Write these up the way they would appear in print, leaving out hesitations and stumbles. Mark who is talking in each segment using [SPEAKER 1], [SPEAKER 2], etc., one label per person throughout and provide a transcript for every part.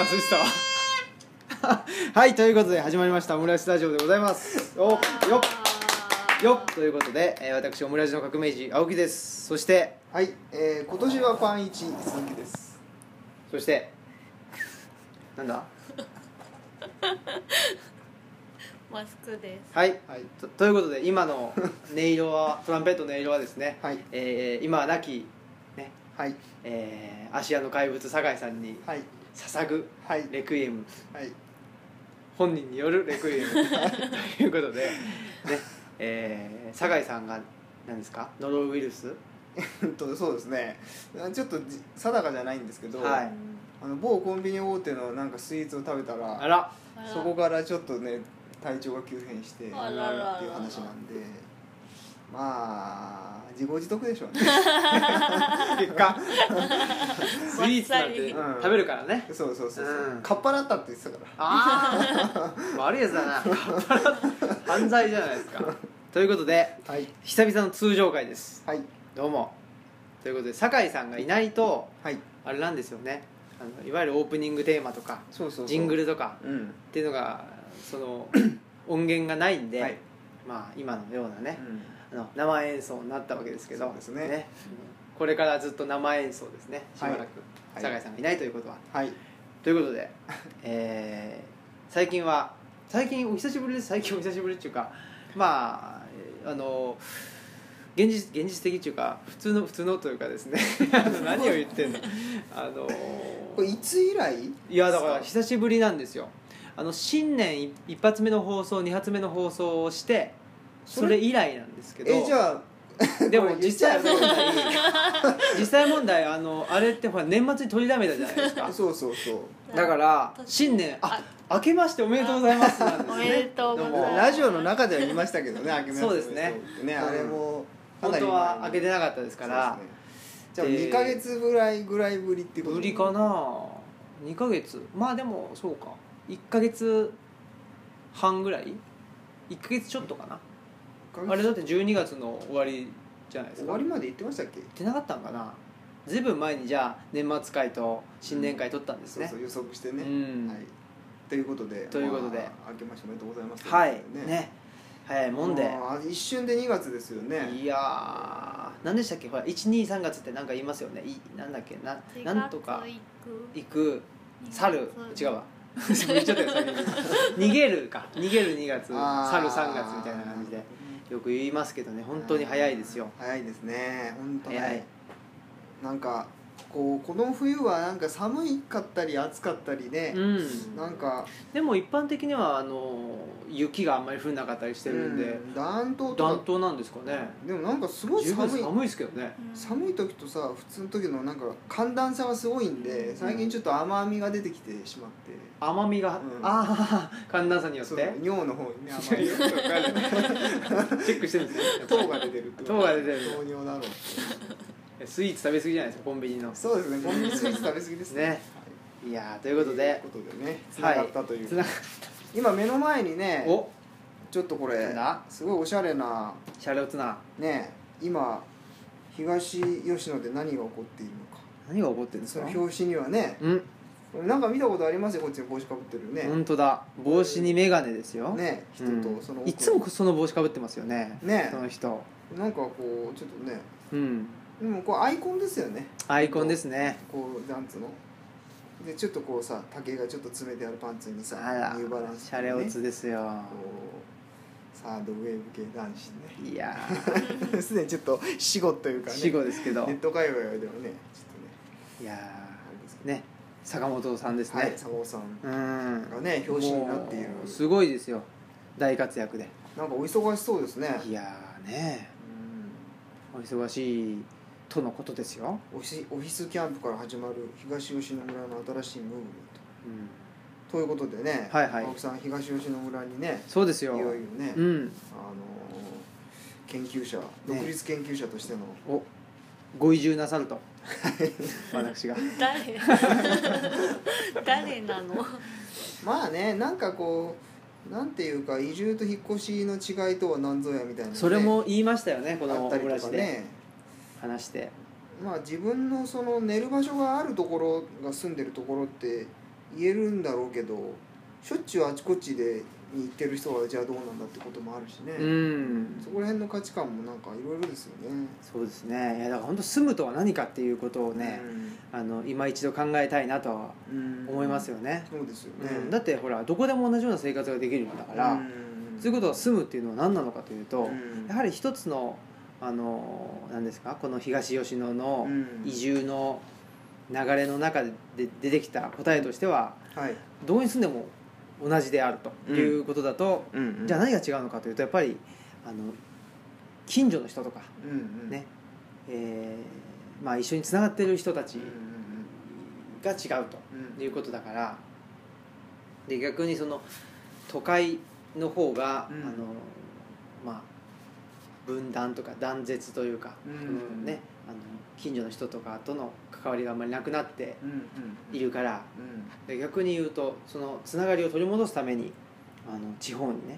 [SPEAKER 1] 忘れてたわはい、ということで始まりましたオムライスラジオでございます。およっよっということで、私オムライスの革命児青木です。そして
[SPEAKER 2] はい、今年はパン1鈴木です。
[SPEAKER 1] そしてなんだ
[SPEAKER 3] マスクです。
[SPEAKER 1] はい、
[SPEAKER 2] はい、
[SPEAKER 1] ということで今の音色はトランペットの音色はですね、
[SPEAKER 2] はい、
[SPEAKER 1] 今は亡きね、
[SPEAKER 2] はい、
[SPEAKER 1] 芦屋の怪物酒井さんに
[SPEAKER 2] はい、
[SPEAKER 1] 捧ぐ
[SPEAKER 2] はい
[SPEAKER 1] レクイエム、
[SPEAKER 2] はい、
[SPEAKER 1] 本人によるレクイエムということで、ね、酒井さんが何ですか、ノロウイルス
[SPEAKER 2] そうですね。ちょっと定かじゃないんですけど、
[SPEAKER 1] はい、
[SPEAKER 2] 某コンビニ大手のなんかスイーツを食べたら、
[SPEAKER 1] あら
[SPEAKER 2] そこからちょっとね体調が急変してっていう
[SPEAKER 3] あららら
[SPEAKER 2] 話なんで、まあ自業自得でしょうね。
[SPEAKER 1] 結果スイーツなんて
[SPEAKER 2] うん
[SPEAKER 1] 食べるからね、
[SPEAKER 2] そうそうそう、
[SPEAKER 1] うん
[SPEAKER 2] かっぱらったって言ってたから。
[SPEAKER 1] ああ悪いやつだな犯罪じゃないですかということで
[SPEAKER 2] はい、
[SPEAKER 1] 久々の通常回です。
[SPEAKER 2] はい、
[SPEAKER 1] どうもということで酒井さんがいないと
[SPEAKER 2] はい、
[SPEAKER 1] あれなんですよね、いわゆるオープニングテーマとか
[SPEAKER 2] そうそうそう、
[SPEAKER 1] ジングルとか
[SPEAKER 2] うん、
[SPEAKER 1] っていうのがその音源がないんで、
[SPEAKER 2] はい、
[SPEAKER 1] まあ今のようなね、
[SPEAKER 2] うん
[SPEAKER 1] 生演奏になったわけですけど、
[SPEAKER 2] そうですね
[SPEAKER 1] これからずっと生演奏ですね、しばらく、
[SPEAKER 2] はい
[SPEAKER 1] 酒井さんがいないということは、
[SPEAKER 2] はい、
[SPEAKER 1] ということで、最近お久しぶりです。最近お久しぶりっていうか、まあ現実的っていうか普通のというかですね何を言ってんの
[SPEAKER 2] これいつ以来？
[SPEAKER 1] いやだから久しぶりなんですよ。新年一発目の放送2発目の放送をしてそれ以来なんですけど、
[SPEAKER 2] じゃあ
[SPEAKER 1] でも
[SPEAKER 2] これ言っちゃう
[SPEAKER 1] 実際問題あれってほら年末に取りだめたじゃないですか
[SPEAKER 2] そうそうそう
[SPEAKER 1] だから新年明けましておめでとうございますなんですね。
[SPEAKER 3] おめでとうございます。
[SPEAKER 2] ラジオの中では言いましたけどね、明けまして
[SPEAKER 1] そうですね
[SPEAKER 2] ね、あれもか
[SPEAKER 1] 本
[SPEAKER 2] なり
[SPEAKER 1] 当は開けてなかったですから
[SPEAKER 2] そうですね。じゃあ2ヶ月ぐらいぶりっていうこと
[SPEAKER 1] ぶりかな。2ヶ月、まあでもそうか1ヶ月半ぐらい、1ヶ月ちょっとかな。あれだって12月の終わりじゃないですか。
[SPEAKER 2] 終わりまで行ってましたっけ？
[SPEAKER 1] 言ってなかったんかな。ずいぶん前にじゃあ年末会と新年会取ったんですね、
[SPEAKER 2] そう予測してね、
[SPEAKER 1] うん
[SPEAKER 2] はい、ということで、
[SPEAKER 1] まあ、明
[SPEAKER 2] けましておめでとうございます。
[SPEAKER 1] はいね、早いもんで
[SPEAKER 2] 一瞬で2月ですよね。
[SPEAKER 1] いやー何でしたっけ、ほら 1,2,3 月ってなんか言いますよね。なんだっけなんとか行く猿違うわ言っちゃったよ先に逃げる2月猿3月みたいな感じでよく言いますけどね、本当に早いですよ。
[SPEAKER 2] 早いですね、本当
[SPEAKER 1] 早い。
[SPEAKER 2] ね。なんかこの冬はなんか寒かったり暑かったりね、
[SPEAKER 1] うん、
[SPEAKER 2] なんか
[SPEAKER 1] でも一般的には雪があんまり降んなかったりしてるんで、
[SPEAKER 2] 暖
[SPEAKER 1] 冬なんですかね。
[SPEAKER 2] でもなんかすごい
[SPEAKER 1] 十分寒いですけどね、
[SPEAKER 2] 寒い時とさ普通の時のなんか寒暖差がすごいんで、最近ちょっと甘みが出てきてしまって、
[SPEAKER 1] 甘みが、寒暖差によって
[SPEAKER 2] そう尿の方にね甘みが
[SPEAKER 1] チェックしてるんですね。
[SPEAKER 2] 糖が出てるって
[SPEAKER 1] 糖が出てる
[SPEAKER 2] 糖尿だろう。
[SPEAKER 1] スイーツ食べ過ぎじゃないですか、コンビニの。
[SPEAKER 2] そうですね、コンビニスイーツ食べ過ぎですね。
[SPEAKER 1] いやということで
[SPEAKER 2] ね、つながったという、今目の前にね、ちょっとこれすごいおしゃれな
[SPEAKER 1] シャレオツな
[SPEAKER 2] ね、今東吉野で何が起こっているのか。
[SPEAKER 1] 何が起こってるんですか。
[SPEAKER 2] その表紙にはね、なんか見たことありますよ、こっちに帽子かぶってるね。
[SPEAKER 1] 本当だ、帽子にメガネですよ
[SPEAKER 2] ね、人とその
[SPEAKER 1] いつもその帽子かぶってますよね、その人。
[SPEAKER 2] なんかこうちょっとね、でもこうアイコンですよね。
[SPEAKER 1] アイコンですね。
[SPEAKER 2] こうなんつうので、ちょっとこうさ、丈がちょっと詰めてあるパンツにさ、ニューバランス、
[SPEAKER 1] シャレオツですよ。
[SPEAKER 2] サードウェーブ系男子ね。
[SPEAKER 1] いや
[SPEAKER 2] すでにちょっと死後というかね、
[SPEAKER 1] 死後ですけど、
[SPEAKER 2] ネット界隈ではね、ちょっとね、
[SPEAKER 1] いやね、坂本さんですね。
[SPEAKER 2] 坂本さんがね、表紙になっている。
[SPEAKER 1] すごいですよ、大活躍で。
[SPEAKER 2] なんかお忙しそうですね。
[SPEAKER 1] いやね、お忙しいとのことですよ。
[SPEAKER 2] オフィスキャンプから始まる東吉野村の新しいムーブメント、ということでね、青木さん東吉野村にね、
[SPEAKER 1] そうですよ、
[SPEAKER 2] いよいよね、研究者、独立研究者としての
[SPEAKER 1] ご移住なさると私が
[SPEAKER 3] 誰なの。
[SPEAKER 2] まあね、なんかこうなんていうか、移住と引っ越しの違いとは何ぞやみたいな、ね、
[SPEAKER 1] それも言いましたよね、この
[SPEAKER 2] オムラジで
[SPEAKER 1] 話して。
[SPEAKER 2] まあ自分のその寝る場所があるところが住んでるところって言えるんだろうけど、しょっちゅうあちこちでに行ってる人はじゃあどうなんだってこともあるしね、そこら辺の価値観もなんかいろいろですよね。
[SPEAKER 1] そうですね。いやだから本当住むとは何かっていうことをね、今一度考えたいなとは思いますよね。
[SPEAKER 2] そうですよね、
[SPEAKER 1] だってほらどこでも同じような生活ができるんだから、そういうことは住むっていうのは何なのかというと、やはり一つの何ですか、この東吉野の移住の流れの中で出てきた答えとしては、どこに住んでも同じであるということだと、じゃあ何が違うのかというと、やっぱり近所の人とか、ね、一緒につながっている人たちが違うということだから、で逆にその都会の方が、分断とか断絶というか、近所の人とかとの関わりがあんまりなくなっているから、で逆に言うとそのつながりを取り戻すために地方にね、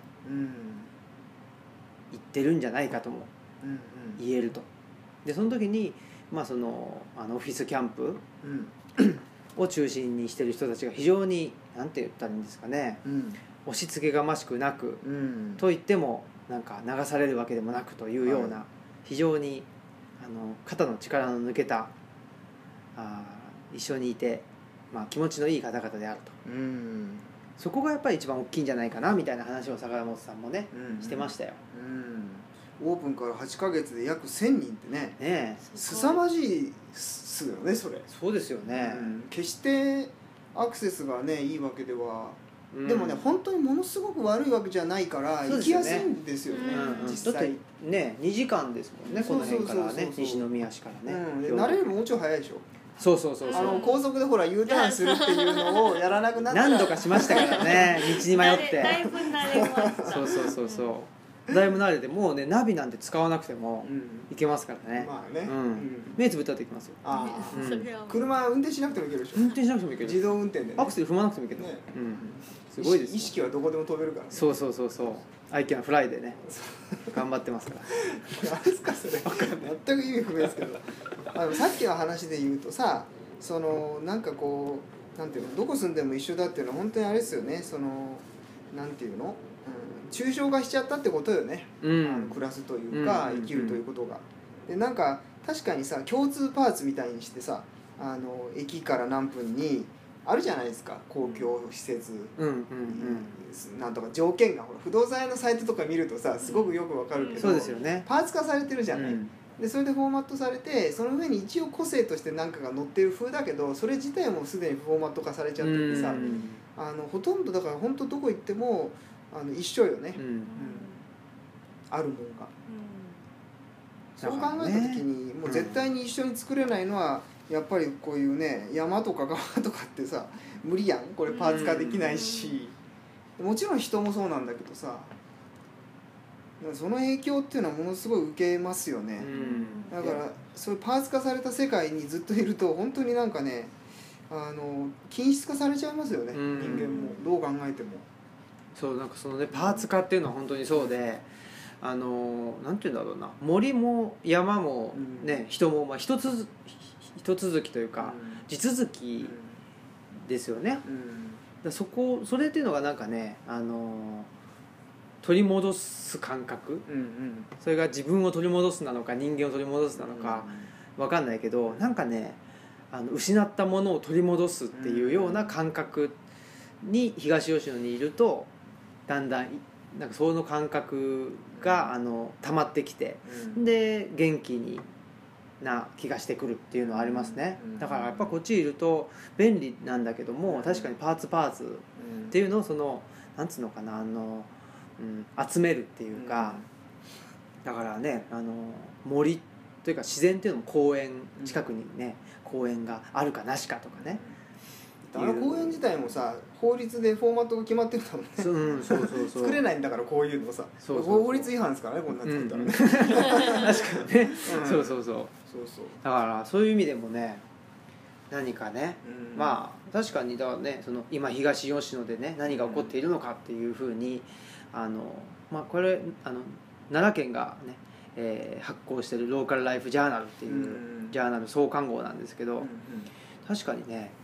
[SPEAKER 1] 行ってるんじゃないかとも言えると。でその時に、そのオフィスキャンプを中心にしてる人たちが非常になんて言ったらいいんですかね、押し付けがましくなく、と言ってもなんか流されるわけでもなくというような、非常に肩の力の抜けた一緒にいて、気持ちのいい方々であると、そこがやっぱり一番大きいんじゃないかなみたいな話を坂本さんもね、してましたよ。
[SPEAKER 2] オープンから8ヶ月で約1000人ってね、凄まじいっすよねそれ。
[SPEAKER 1] そうですよね、
[SPEAKER 2] 決してアクセスがねいいわけでは、でもね本当にものすごく悪いわけじゃないから行きやすいんですよね、実際。だってね2時間ですもんね、この辺からね、西宮市からね、 慣れればもうちょい早いでしょ。
[SPEAKER 1] そう
[SPEAKER 2] 高速でほら U ターンするっていうのをやらなくなった
[SPEAKER 1] 何度かしましたからね道に迷って
[SPEAKER 3] だいぶ慣れました。
[SPEAKER 1] そうだいぶ慣れて、もうねナビなんて使わなくても行けますからね、目つぶったって行きますよ。
[SPEAKER 2] 車運転しなくても行けるでしょ。
[SPEAKER 1] 運転しなくても行ける、
[SPEAKER 2] 自動運転で
[SPEAKER 1] アクセル踏まなくても行ける、すごいですよ。
[SPEAKER 2] 意識はどこでも飛べるからね。
[SPEAKER 1] そう愛犬フライでね頑張ってますから
[SPEAKER 2] 何ですかそれ、全く意味不明ですけどさっきの話で言うとさ、そのなんかこうなんていうの、どこ住んでも一緒だっていうのは本当にあれですよね、そのなんていうの、抽象化しちゃったってことよね、暮らすというか、生きるということが。でなんか確かにさ、共通パーツみたいにしてさ、駅から何分にあるじゃないですか、公共施設、なんとか条件がほら不動産屋のサイトとか見るとさすごくよくわかるけど、
[SPEAKER 1] そうですよね、
[SPEAKER 2] パーツ化されてるじゃない、でそれでフォーマットされて、その上に一応個性として何かが載ってる風だけど、それ自体もすでにフォーマット化されちゃっててさ、ほとんどだから本当どこ行っても一緒よね、あるもんが、そう考えた時にもう絶対に一緒に作れないのはやっぱりこういうね、山とか川とかってさ無理やん、これパーツ化できないし、もちろん人もそうなんだけどさ、その影響っていうのはものすごい受けますよね、だからそういうパーツ化された世界にずっといると本当になんかね、均質化されちゃいますよね、人間もどう考えても。
[SPEAKER 1] そうなんかそのねパーツ化っていうのは本当にそうで、なんていうんだろうな、森も山もね、人も一続きというか、地続きですよね、それっていうのがなんかね、取り戻す感覚、それが自分を取り戻すなのか人間を取り戻すなのか分かんないけど、なんかね失ったものを取り戻すっていうような感覚に東吉野にいると、だんだんなんかその感覚が溜まってきて、で元気にな気がしてくるっていうのはありますね。だからやっぱこっちいると便利なんだけども、確かにパーツっていうのをそのなんつうのかな、集めるっていうか、だからね森というか自然っていうのも公園近くにね、公園があるかなしかとかね、
[SPEAKER 2] 公園自体もさ法律でフォーマットが決まってるんだもんね、作れないんだからこういうのさ、法律違反ですからね、こんな作ったらね、
[SPEAKER 1] 確かにね、だからそういう意味でもね、何かね、確かにだからね、その今東吉野でね何が起こっているのかっていうふうにこれ奈良県がね、発行しているローカルライフジャーナルっていうジャーナル創刊号なんですけど、確かにね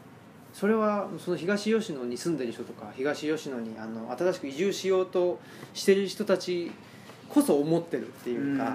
[SPEAKER 1] それはその東吉野に住んでる人とか東吉野に新しく移住しようとしてる人たちこそ思ってるっていうか、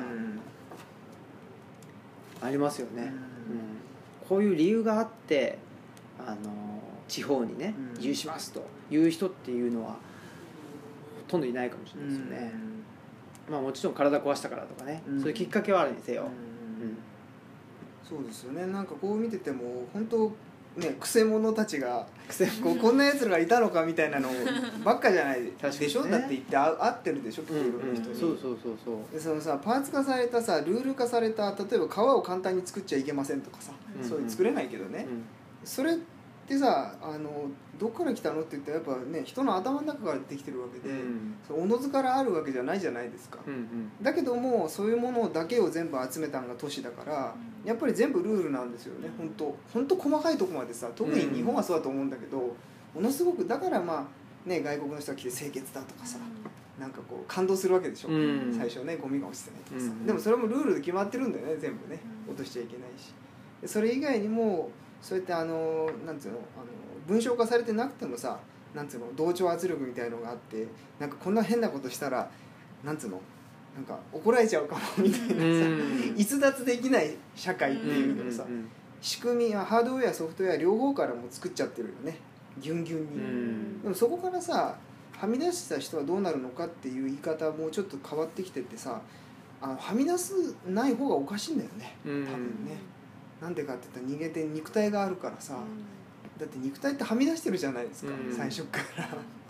[SPEAKER 1] ありますよね、こういう理由があって地方にね移住しますという人っていうのはほとんどいないかもしれないですよね、まあ、もちろん体壊したからとかね、そういうきっかけはあるにせよ、
[SPEAKER 2] そうですよね。なんかこう見てても本当ね、くせ者たちがこんなやつらがいたのかみたいなのばっかじゃないでしょ、ね、だって言って合ってるでしょ、いろんな人に。そうでそのさ、パーツ化されたさ、ルール化された、例えば革を簡単に作っちゃいけませんとかさ、そういう作れないけどね、それってさどっから来たのって言ったらやっぱね、人の頭の中からできてるわけで、おのずからあるわけじゃないじゃないですか、だけどもそういうものだけを全部集めたのが都市だから、やっぱり全部ルールなんですよね。本当細かいとこまでさ、特に日本はそうだと思うんだけど、ものすごくだからまあね、外国の人が来て清潔だとかさ、なんかこう感動するわけでしょ、最初ね、ゴミが落ちてないとかさ、でもそれもルールで決まってるんだよね、全部ね、落としちゃいけないし。それ以外にもそうやってなんつうの文章化されてなくてもさ、なんつうの同調圧力みたいのがあって、なんかこんな変なことしたらなんつうのなんか怒られちゃうかもみたいなさ、逸脱できない社会っていうのをさ、仕組みやハードウェアソフトウェア両方からも作っちゃってるよね、ギュンギュンに。でもそこからさ、はみ出した人はどうなるのかっていう言い方もちょっと変わってきててさ、はみ出すない方がおかしいんだよね、多分ね。なんでかって言ったら人間って肉体があるからさ、だって肉体ってはみ出してるじゃないですか、最初から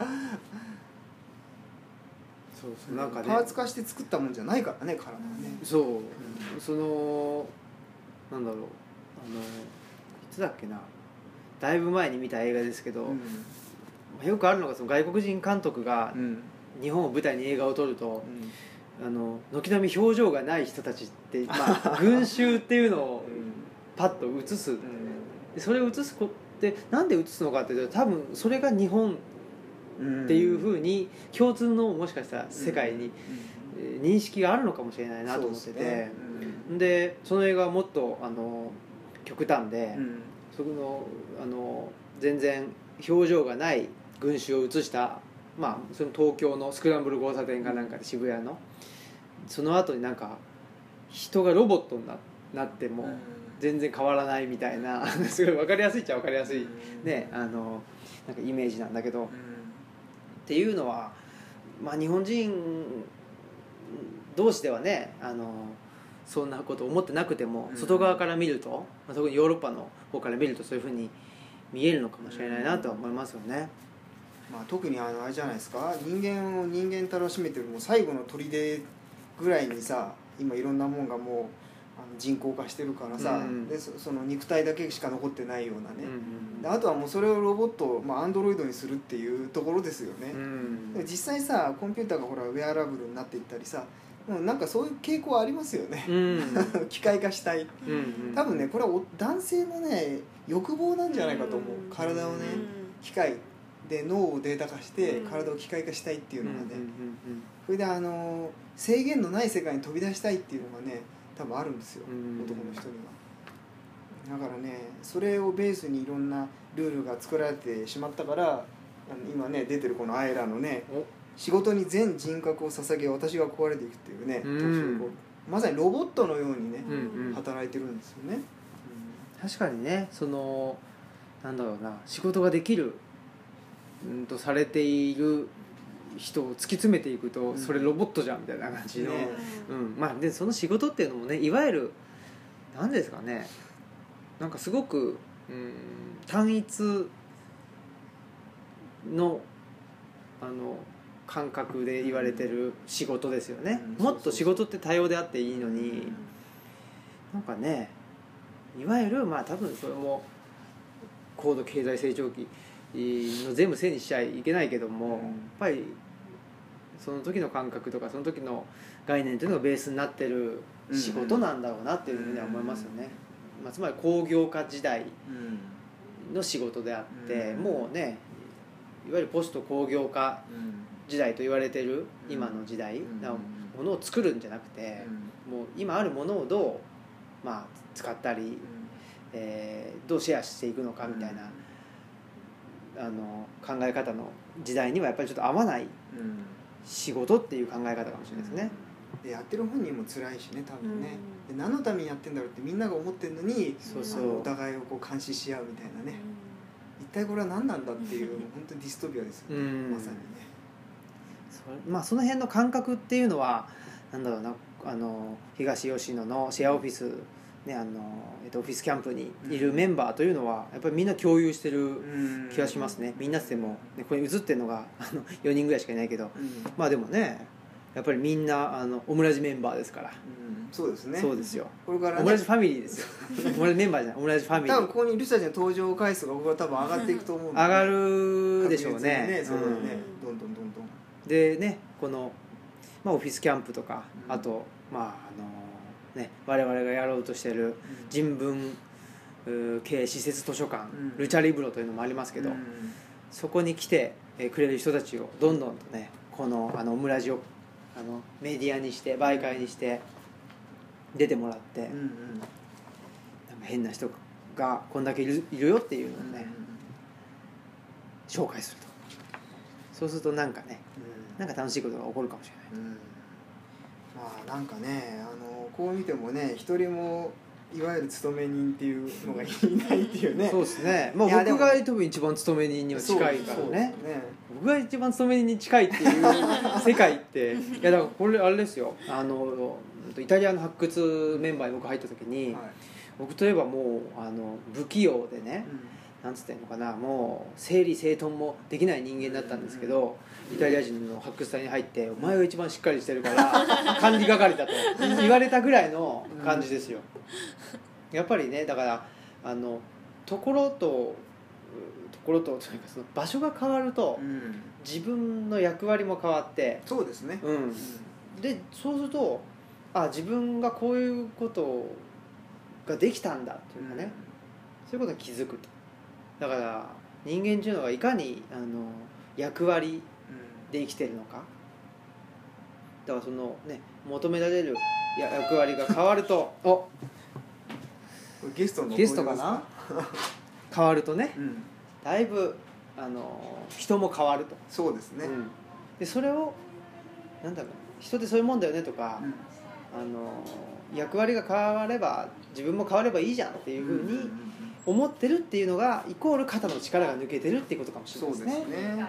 [SPEAKER 2] そうなんか、ね、パーツ化して作ったもんじゃないからね、体はね。そう、
[SPEAKER 1] そのなんだろう、いつだっけな、だいぶ前に見た映画ですけど、よくあるのがその外国人監督が日本を舞台に映画を撮ると、軒並み表情がない人たちって、まあ、群衆っていうのをパッと映す、それを映すでなんで映すのかっていうと、多分それが日本っていうふうに共通のもしかしたら世界に認識があるのかもしれないなと思ってて、でその映画はもっと極端で、その全然表情がない群衆を映した、まあ、その東京のスクランブル交差点かなんかで渋谷のその後になんか人がロボットになっても全然変わらないみたいなすごい分かりやすいっちゃ分かりやすい、ね、なんかイメージなんだけど、っていうのは、まあ、日本人同士ではねそんなこと思ってなくても、外側から見ると、まあ、特にヨーロッパの方から見るとそういうふうに見えるのかもしれないなとは思いますよね。
[SPEAKER 2] まあ、特にあれじゃないですか、人間を人間たらしめてるもう最後の砦ぐらいにさ、今いろんなもんがもう人工化してるからさ、でその肉体だけしか残ってないようなね、であとはもうそれをロボット、まあ、アンドロイドにするっていうところですよね、で実際さコンピューターがほらウェアラブルになっていったりさ、なんかそういう傾向ありますよね、機械化したい、多分ねこれは男性のね欲望なんじゃないかと思う、体をね機械で脳をデータ化して体を機械化したいっていうのがね、それで制限のない世界に飛び出したいっていうのがね多分あるんですよ、男の人には。だからねそれをベースにいろんなルールが作られてしまったから、今ね出てるこのアイラのね、仕事に全人格を捧げ私が壊れていくっていうね、まさにロボットのようにね、働いてるんですよね。
[SPEAKER 1] 確かにね、なんだろうな、仕事ができるとされている人を突き詰めていくと、それロボットじゃんみたいな感じの、まあ、でその仕事っていうのもね、いわゆる何ですかね、なんかすごく、単一の感覚で言われてる仕事ですよね、もっと仕事って多様であっていいのに、なんかね、いわゆるまあ多分それも高度経済成長期の全部せいにしちゃいけないけども、やっぱりその時の感覚とかその時の概念というのがベースになってる仕事なんだろうなっていうふうには思いますよね、まあ、つまり工業化時代の仕事であって、もうねいわゆるポスト工業化時代と言われてる今の時代のものを作るんじゃなくて、もう今あるものをどう、まあ、使ったり、どうシェアしていくのかみたいな考え方の時代にはやっぱりちょっと合わない仕事っていう考え方かもしれないですね。
[SPEAKER 2] でやってる本人も辛いしね多分ね、で何のためにやってんだろうってみんなが思ってるのに、お互いをこう監視し合うみたいなね、一体これは何なんだっていう本当にディストピアですよね、まさにね。
[SPEAKER 1] その辺の感覚っていうのはなんだろうな、東吉野のシェアオフィス、ね、オフィスキャンプにいるメンバーというのはやっぱりみんな共有してる気がしますね。みんなっても、ね、これ映ってるのが4人ぐらいしかいないけど、まあでもねやっぱりみんなオムラジメンバーですから、
[SPEAKER 2] そうですね。
[SPEAKER 1] そうですよ。
[SPEAKER 2] これから、ね、
[SPEAKER 1] オムラジファミリーですよ。オムラジメンバーじゃない、オムラジファミリー。
[SPEAKER 2] 多分ここにいる人たちの登場回数がここは多分上がっていくと思うんで、
[SPEAKER 1] 上がるでしょうね。
[SPEAKER 2] そうだよね、どんどん
[SPEAKER 1] でね、この、オフィスキャンプとか、あと我々がやろうとしている人文系施設図書館、ルチャリブロというのもありますけど、そこに来てくれる人たちをどんどんとね、このオムラジをメディアにして媒介にして出てもらって、なんか変な人がこんだけいるよっていうのをね、紹介すると。そうするとなんかね、なんか楽しいことが起こるかもしれない。
[SPEAKER 2] まあなんかね、こう見てもね、一人もいわゆる勤め人っていうのがいないっていうね。
[SPEAKER 1] そうですね。僕が多分一番勤め人には近いからね。僕が一番勤め人に近いっていう世界っていやだからこれあれですよ。イタリアの発掘メンバーに僕入った時に、僕といえばもう不器用でね、なんつってんのかな、もう整理整頓もできない人間だったんですけど、イタリア人の発掘隊に入って「お前が一番しっかりしてるから管理係だ」と言われたぐらいの感じですよ。やっぱりね、だからところとというかその場所が変わると、自分の役割も変わって、
[SPEAKER 2] そうですね、
[SPEAKER 1] でそうすると自分がこういうことができたんだっていうかね、そういうことに気づくと。だから人間っていうのがいかに役割で生きてるのか、だからそのね、求められる役割が変わると
[SPEAKER 2] ゲストかな
[SPEAKER 1] 変わるとね、だいぶ人も変わると。
[SPEAKER 2] そうですね、
[SPEAKER 1] でそれをなんだろう、人ってそういうもんだよねとか、役割が変われば自分も変わればいいじゃんっていうふうに思ってるっていうのがイコール肩の力が抜けてるっていうことかもしれないですね。
[SPEAKER 2] そうですね。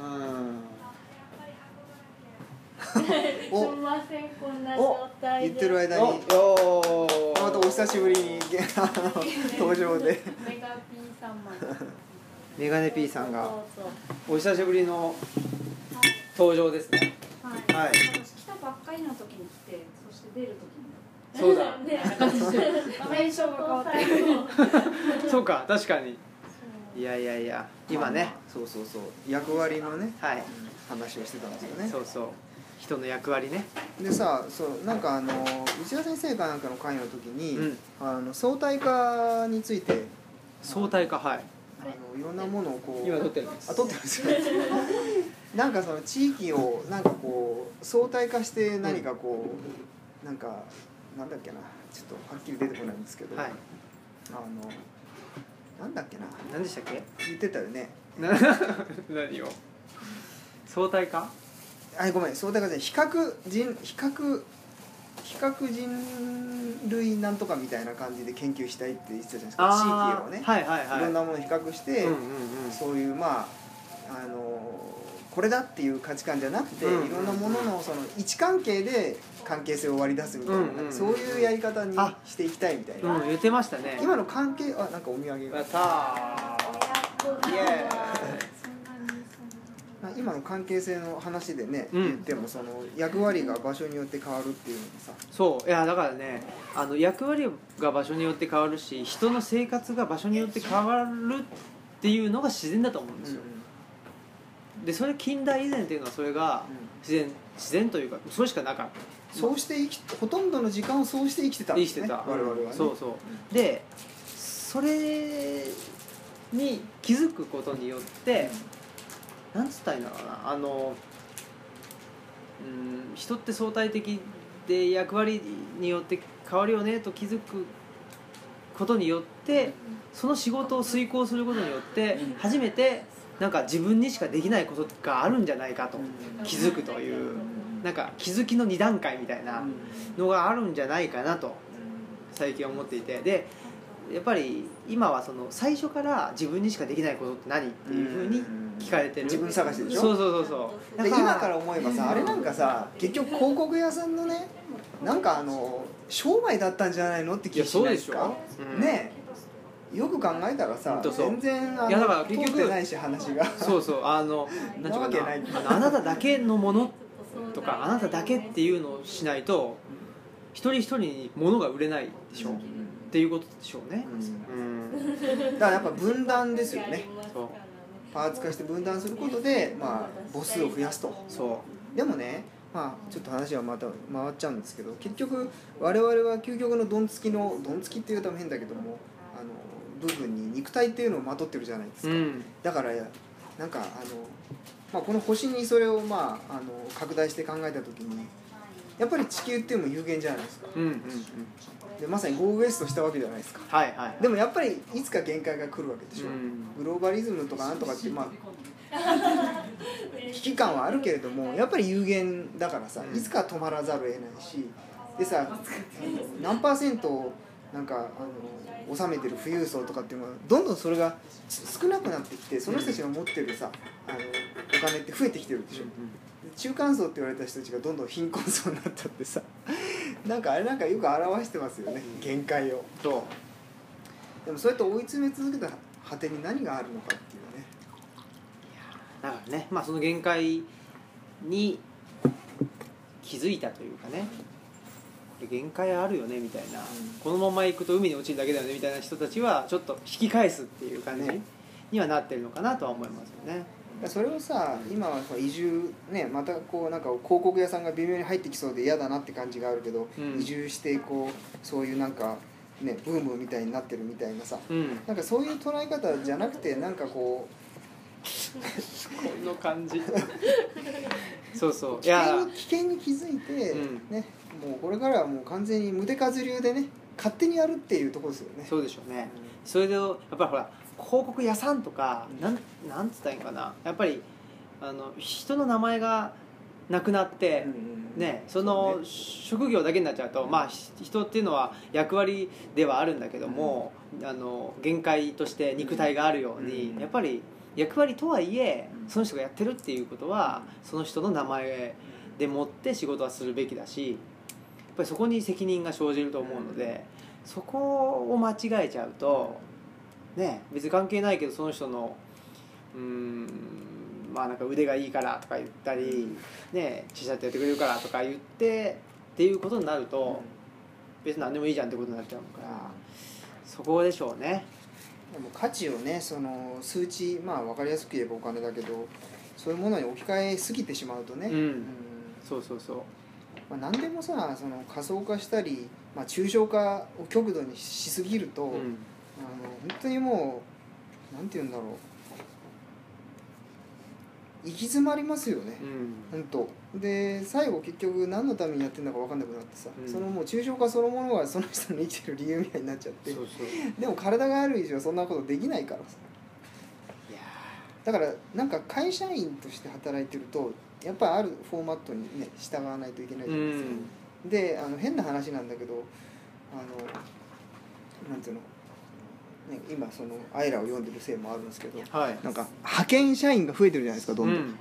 [SPEAKER 3] すみません、こんな状態で。
[SPEAKER 2] 言ってる間にまたお久しぶりに登場で
[SPEAKER 3] メガピーさんまで。
[SPEAKER 1] メガネ P さんがお久しぶりの登場ですね。
[SPEAKER 4] はい。来たばっかりの時に来て、そして出る時に。
[SPEAKER 1] そうだ。
[SPEAKER 4] テンションが変わってる。
[SPEAKER 1] そうか、確かに。いや今ね、
[SPEAKER 2] そう役割のね、話をしてたんですよね。
[SPEAKER 1] そう人の役割ね。
[SPEAKER 2] でさ、なんか内田先生かなんかの会の時に、相対化について、
[SPEAKER 1] 相対化、
[SPEAKER 2] いろんなものをこう
[SPEAKER 1] 今撮ってるんです。
[SPEAKER 2] 撮ってるんですよ。なんかその地域をなんかこう相対化して何かこう、なんかなんだっけな、ちょっとはっきり出てこないんですけど、なんだっけな、
[SPEAKER 1] 何でしたっけ、
[SPEAKER 2] 言ってたよね。
[SPEAKER 1] 何を相対化、
[SPEAKER 2] ごめん、相対化じゃない、比較人類なんとかみたいな感じで研究したいって言ってたじゃないですか。地域をね、いろんなものを比較して、そういうこれだっていう価値観じゃなくて、いろんなもののその位置関係で関係性を割り出すみたいな、そういうやり方にしていきたいみたいな、
[SPEAKER 1] 言ってましたね。
[SPEAKER 2] 今の関係、なんかお土産が
[SPEAKER 1] やったー、イエ
[SPEAKER 2] 今の関係性の話でね、言ってもその役割が場所によって変わるっていうのにさ、
[SPEAKER 1] そういやだからね、役割が場所によって変わるし、人の生活が場所によって変わるっていうのが自然だと思うんですよ。でそれ近代以前っていうのはそれが自然というかそれしかなかった。
[SPEAKER 2] そうしてほとんどの時間をそうして生きてたんですね、我々はね。
[SPEAKER 1] そうでそれに気づくことによって、なんつったらいいんだろうな、人って相対的で役割によって変わるよねと気づくことによって、その仕事を遂行することによって初めてなんか自分にしかできないことがあるんじゃないかと気づくというなんか気づきの2段階みたいなのがあるんじゃないかなと最近思っていて、でやっぱり今はその最初から自分にしかできないことって何っていうふうに聞かれてる、
[SPEAKER 2] 自分探しでしょ。
[SPEAKER 1] そう
[SPEAKER 2] で今から思えばさ、あれなんかさ結局広告屋さんのねなんか商売だったんじゃないのって気がしないですか。ねえ、よく考えたらさ全然
[SPEAKER 1] いやだから結局
[SPEAKER 2] 通ってないし話が
[SPEAKER 1] なんていうかな、あなただけのものとかあなただけっていうのをしないと一人一人に物が売れないでしょ、っていうことでしょうね、
[SPEAKER 2] だからやっぱ分断ですよね。
[SPEAKER 1] そう
[SPEAKER 2] パーツ化して分断することで、まあ、母数を増やすと。
[SPEAKER 1] そう
[SPEAKER 2] でもね、まあ、ちょっと話はまた回っちゃうんですけど、結局我々は究極のドンつきっていうと変だけども部分に肉体っていうのをまとってるじゃないですか、だからなんかまあ、この星にそれを、まあ、拡大して考えた時にやっぱり地球っていうのも有限じゃないですか、でまさにゴーウエストしたわけじゃないですか、でもやっぱりいつか限界が来るわけでしょ、グローバリズムとかなんとかって、まあ、危機感はあるけれどもやっぱり有限だからさ、いつか止まらざるを得ないし、でさ何%なんか収めてる富裕層とかっていうのはどんどんそれが少なくなってきて、その人たちが持ってるさお金って増えてきてるでしょ、中間層って言われた人たちがどんどん貧困層になっちゃってさなんかあれなんかよく表してますよね、限界を。でもそうやって追い詰め続けた果てに何があるのかっていうね。
[SPEAKER 1] だからね、まあ、その限界に気づいたというかね、限界あるよねみたいな、このまま行くと海に落ちるだけだよねみたいな人たちはちょっと引き返すっていう感じにはなってるのかなとは思いますよね。
[SPEAKER 2] それをさ、今は移住ね、またこうなんか広告屋さんが微妙に入ってきそうで嫌だなって感じがあるけど、移住してこうそういうなんかねブームみたいになってるみたいなさ、なんかそういう捉え方じゃなくて、なんかこう
[SPEAKER 1] この感じそうそう、
[SPEAKER 2] 危険に気づいて、ね、もうこれからはもう完全に無手数流でね勝手にやるっていうところですよね。
[SPEAKER 1] そうでしょうね、それでやっぱりほら広告屋さんとかなんつったらいいんかな、やっぱり人の名前がなくなって、その職業だけになっちゃうと、まあ人っていうのは役割ではあるんだけども、限界として肉体があるように、やっぱり役割とはいえその人がやってるっていうことはその人の名前でもって仕事はするべきだし、やっぱりそこに責任が生じると思うので、そこを間違えちゃうとね、別に関係ないけどその人のまあなんか腕がいいからとか言ったりね、ちゃっとやってくれるからとか言ってっていうことになると、別に何でもいいじゃんってことになっちゃうから、そこでしょうね。
[SPEAKER 2] でも価値をね、その数値、まあ分かりやすく言えばお金だけど、そういうものに置き換えすぎてしまうとね、
[SPEAKER 1] そうそうそう、
[SPEAKER 2] まあ、何でもさ、その仮想化したり、まあ、抽象化を極度にしすぎると、本当にもうなんて言うんだろう、行き詰まりますよね、本当で最後結局何のためにやってるのか分かんなくなってさ、そのもう抽象化そのものがその人の生きてる理由みたいになっちゃって、でも体がある以上そんなことできないからさ、だからなんか会社員として働いてるとやっぱりあるフォーマットにね従わないといけないじゃないですか、で変な話なんだけどなんていうのね、今そのアイラを読んでるせいもあるんですけど、なんか派遣社員が増えてるじゃないですか、どんどん、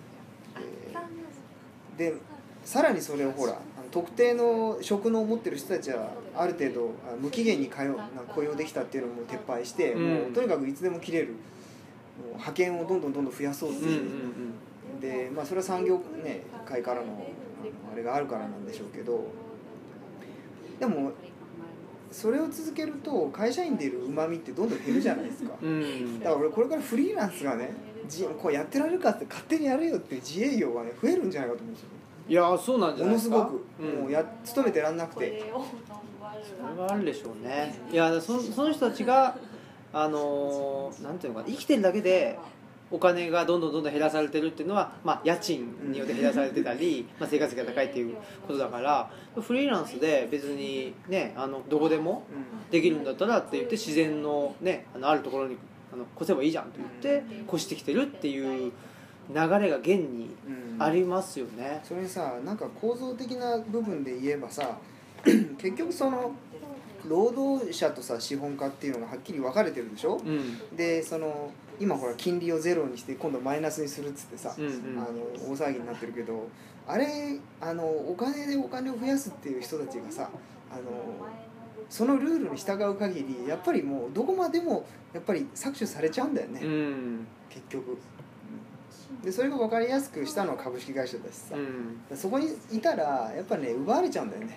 [SPEAKER 2] でさらにそれをほら特定の職能を持ってる人たちはある程度無期限に雇用できたっていうのも撤廃して、もうとにかくいつでも切れる派遣をどんどん増やそうっていう、でまあそれは産業、ね、界からのあれがあるからなんでしょうけど、でもそれを続けると会社員でいる旨味ってどんどん減るじゃないですか、だから俺これからフリーランスがねこうやってられるかって勝手にやるよっていう自営業がね増えるんじゃないかと思うんですよね。
[SPEAKER 1] いやそうなんじゃないですか、
[SPEAKER 2] ものすごく、もう勤めてらんなくて、
[SPEAKER 1] それはあるでしょうね。いやその人たちがなんていうのかな、生きてるだけでお金がどんどん減らされてるっていうのは、まあ、家賃によって減らされてたり、まあ、生活費が高いっていうことだから、フリーランスで別にねどこでもできるんだったらって言って自然のねあるところに越せばいいじゃんと言って越してきてるっていう流れが現にありますよね、
[SPEAKER 2] それさなんか構造的な部分で言えばさ結局その労働者とさ資本家っていうのがはっきり分かれてるでしょ、でその今ほら金利をゼロにして今度マイナスにするっつってさ、大騒ぎになってるけど、あれお金でお金を増やすっていう人たちがさそのルールに従う限りやっぱりもうどこまでもやっぱり搾取されちゃうんだよね、結局。でそれが分かりやすくしたのは株式会社だしさ、そこにいたらやっぱね奪われちゃうんだよね、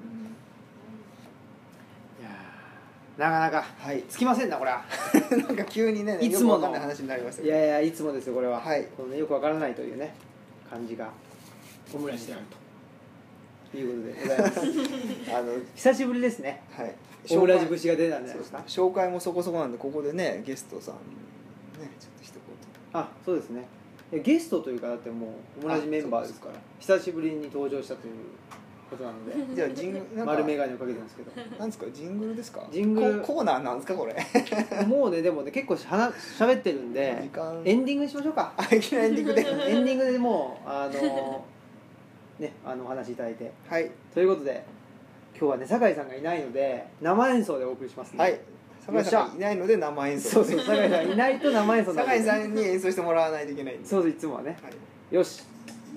[SPEAKER 1] いやなかなかつきませんなこれは
[SPEAKER 2] なんか急にね
[SPEAKER 1] いつもの
[SPEAKER 2] よく分かんない話になりましたけど、
[SPEAKER 1] いやいつもですよこれは、
[SPEAKER 2] はい、
[SPEAKER 1] このね、よくわからないというね感じがオムライスであるということでございます久しぶりですね、
[SPEAKER 2] はい、
[SPEAKER 1] オムライス節が出たんじゃないですか。
[SPEAKER 2] 紹介もそこそこなんでここでねゲストさんねちょっと一言。
[SPEAKER 1] あ、そうですね、ゲストというかだってもうオムライスメンバーですから久しぶりに登場したということなので
[SPEAKER 2] じゃあジングル
[SPEAKER 1] 丸眼鏡をかけてるんですけど
[SPEAKER 2] なんですかジングルですか、
[SPEAKER 1] ジングル
[SPEAKER 2] コーナーなんですかこれ
[SPEAKER 1] もうねでもね結構喋ってるんでエンディングにしましょうか。
[SPEAKER 2] いきなりエンディングで
[SPEAKER 1] エンディングでもうねお話いただいて、
[SPEAKER 2] はい、
[SPEAKER 1] ということで今日はね酒井さんがいないので生演奏でお送りしますね。
[SPEAKER 2] はい、酒井さんがいないので生演奏。
[SPEAKER 1] そうそう、酒井さんいないと生演奏。
[SPEAKER 2] 酒井さんに演奏してもらわないといけないんで。
[SPEAKER 1] そうそう、いつもはね、
[SPEAKER 2] はい、
[SPEAKER 1] よし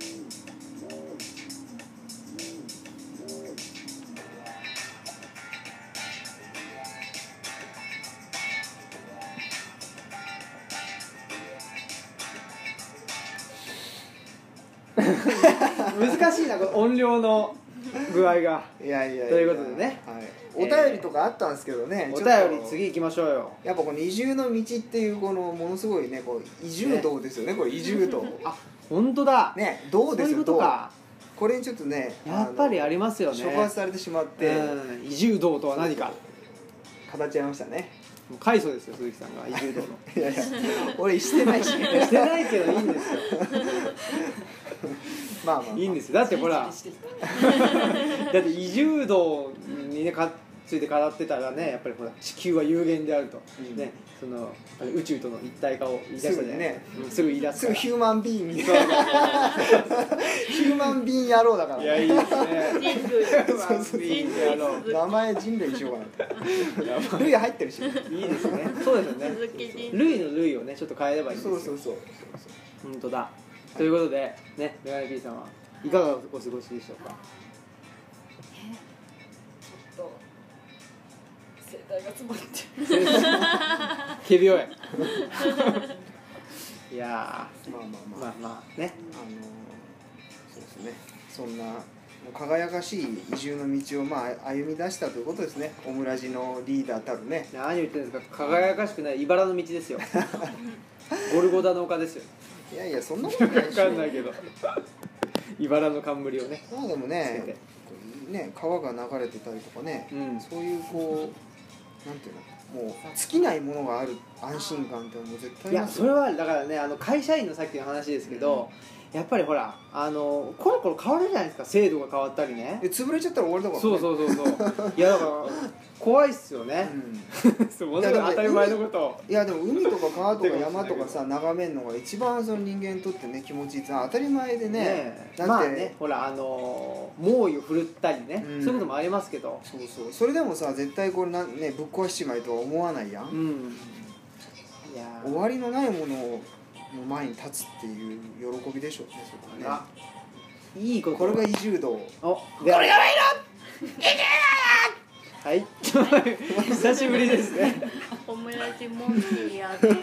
[SPEAKER 1] 難しいなこの音量の具合が。
[SPEAKER 2] いやいやいや、
[SPEAKER 1] ということでね、
[SPEAKER 2] はい、お便りとかあったんですけどね、
[SPEAKER 1] お便り次行きましょうよ。
[SPEAKER 2] やっぱこの移住の道っていうこのものすごいねこう移住道ですよね、これ移住道
[SPEAKER 1] あ、本当だ
[SPEAKER 2] ね、道ですよ。
[SPEAKER 1] そういうことか。
[SPEAKER 2] これにちょっとね
[SPEAKER 1] やっぱりありますよね。
[SPEAKER 2] 触発されてしまって、
[SPEAKER 1] 移住道とは何か
[SPEAKER 2] 語っちゃいましたね。
[SPEAKER 1] 快訴ですよ鈴木さんが移住道の
[SPEAKER 2] いやいや俺してないし
[SPEAKER 1] してないけどいいんですよ
[SPEAKER 2] まあまあ、
[SPEAKER 1] いいんですよ。だってほらだって移住道にねついて語ってたらね、やっぱりほら地球は有限であると、ね、その宇宙との一体化を言い出したじゃない
[SPEAKER 2] ね、
[SPEAKER 1] すぐ言い出す
[SPEAKER 2] すぐヒューマンビーンにヒューマンビーン野郎だから、
[SPEAKER 1] いやいいですね
[SPEAKER 2] 名前人類にしようかなと類入ってるし、い
[SPEAKER 1] いですね。そうですよね。類の類をねちょっと変えればいいんですよ。
[SPEAKER 2] そう
[SPEAKER 1] 本当だ。ということでね、メガネ P さんはいかがお過ごしでしょうか。
[SPEAKER 4] ちょっと声帯が詰まって
[SPEAKER 1] 毛病いや
[SPEAKER 2] まあ
[SPEAKER 1] ね、
[SPEAKER 2] そうですね、そんな輝かしい移住の道を歩み出したということですね。オムラジのリーダーたるね。
[SPEAKER 1] 何言ってるんですか。輝かしくない茨の道ですよゴルゴダの丘ですよ。
[SPEAKER 2] いやいやそんなことないでしょ。
[SPEAKER 1] 分かんないけど茨の冠をね、
[SPEAKER 2] でもね川が流れてたりとかね、そういうこうなんていうの、もう尽きないものがある安心感ってもう絶対ありますよ。
[SPEAKER 1] いやそれはだからね、会社員のさっきの話ですけど、やっぱりほらコロコロ変わるじゃないですか。制度が変わったりね。
[SPEAKER 2] 潰れちゃったら終わりだからね。
[SPEAKER 1] そういやだから怖いっすよね、ものすごい当たり前のことを。
[SPEAKER 2] いやでも海とか川とか山とかさ眺めるのが一番その人間にとってね気持ちいいって当たり前でね。
[SPEAKER 1] だってね、ほら猛威を振るったりね、そういうこともありますけど、
[SPEAKER 2] そうそれでもさ絶対これねぶっ壊しちまいとは思わないやん、
[SPEAKER 1] いや
[SPEAKER 2] 終わりのないものの前に立つっていう喜びでしょうね、そこはね。
[SPEAKER 1] いいこと。
[SPEAKER 2] これが移住道。
[SPEAKER 1] これがいいのはい、久しぶりですね。
[SPEAKER 3] オムライスモンキーや
[SPEAKER 1] と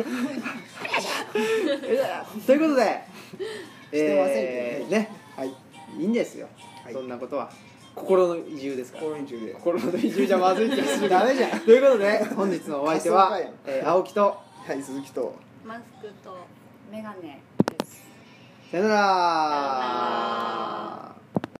[SPEAKER 1] いうことで、
[SPEAKER 2] してませんけど
[SPEAKER 1] ね、いいんですよ、そんなことは。心の移住ですから。心の移住じゃまずい気がする。
[SPEAKER 2] ダメじゃん。
[SPEAKER 1] ということで本日のお相手は青木と
[SPEAKER 2] 鈴木と
[SPEAKER 3] マスクと
[SPEAKER 4] メガネです。
[SPEAKER 1] さよなら。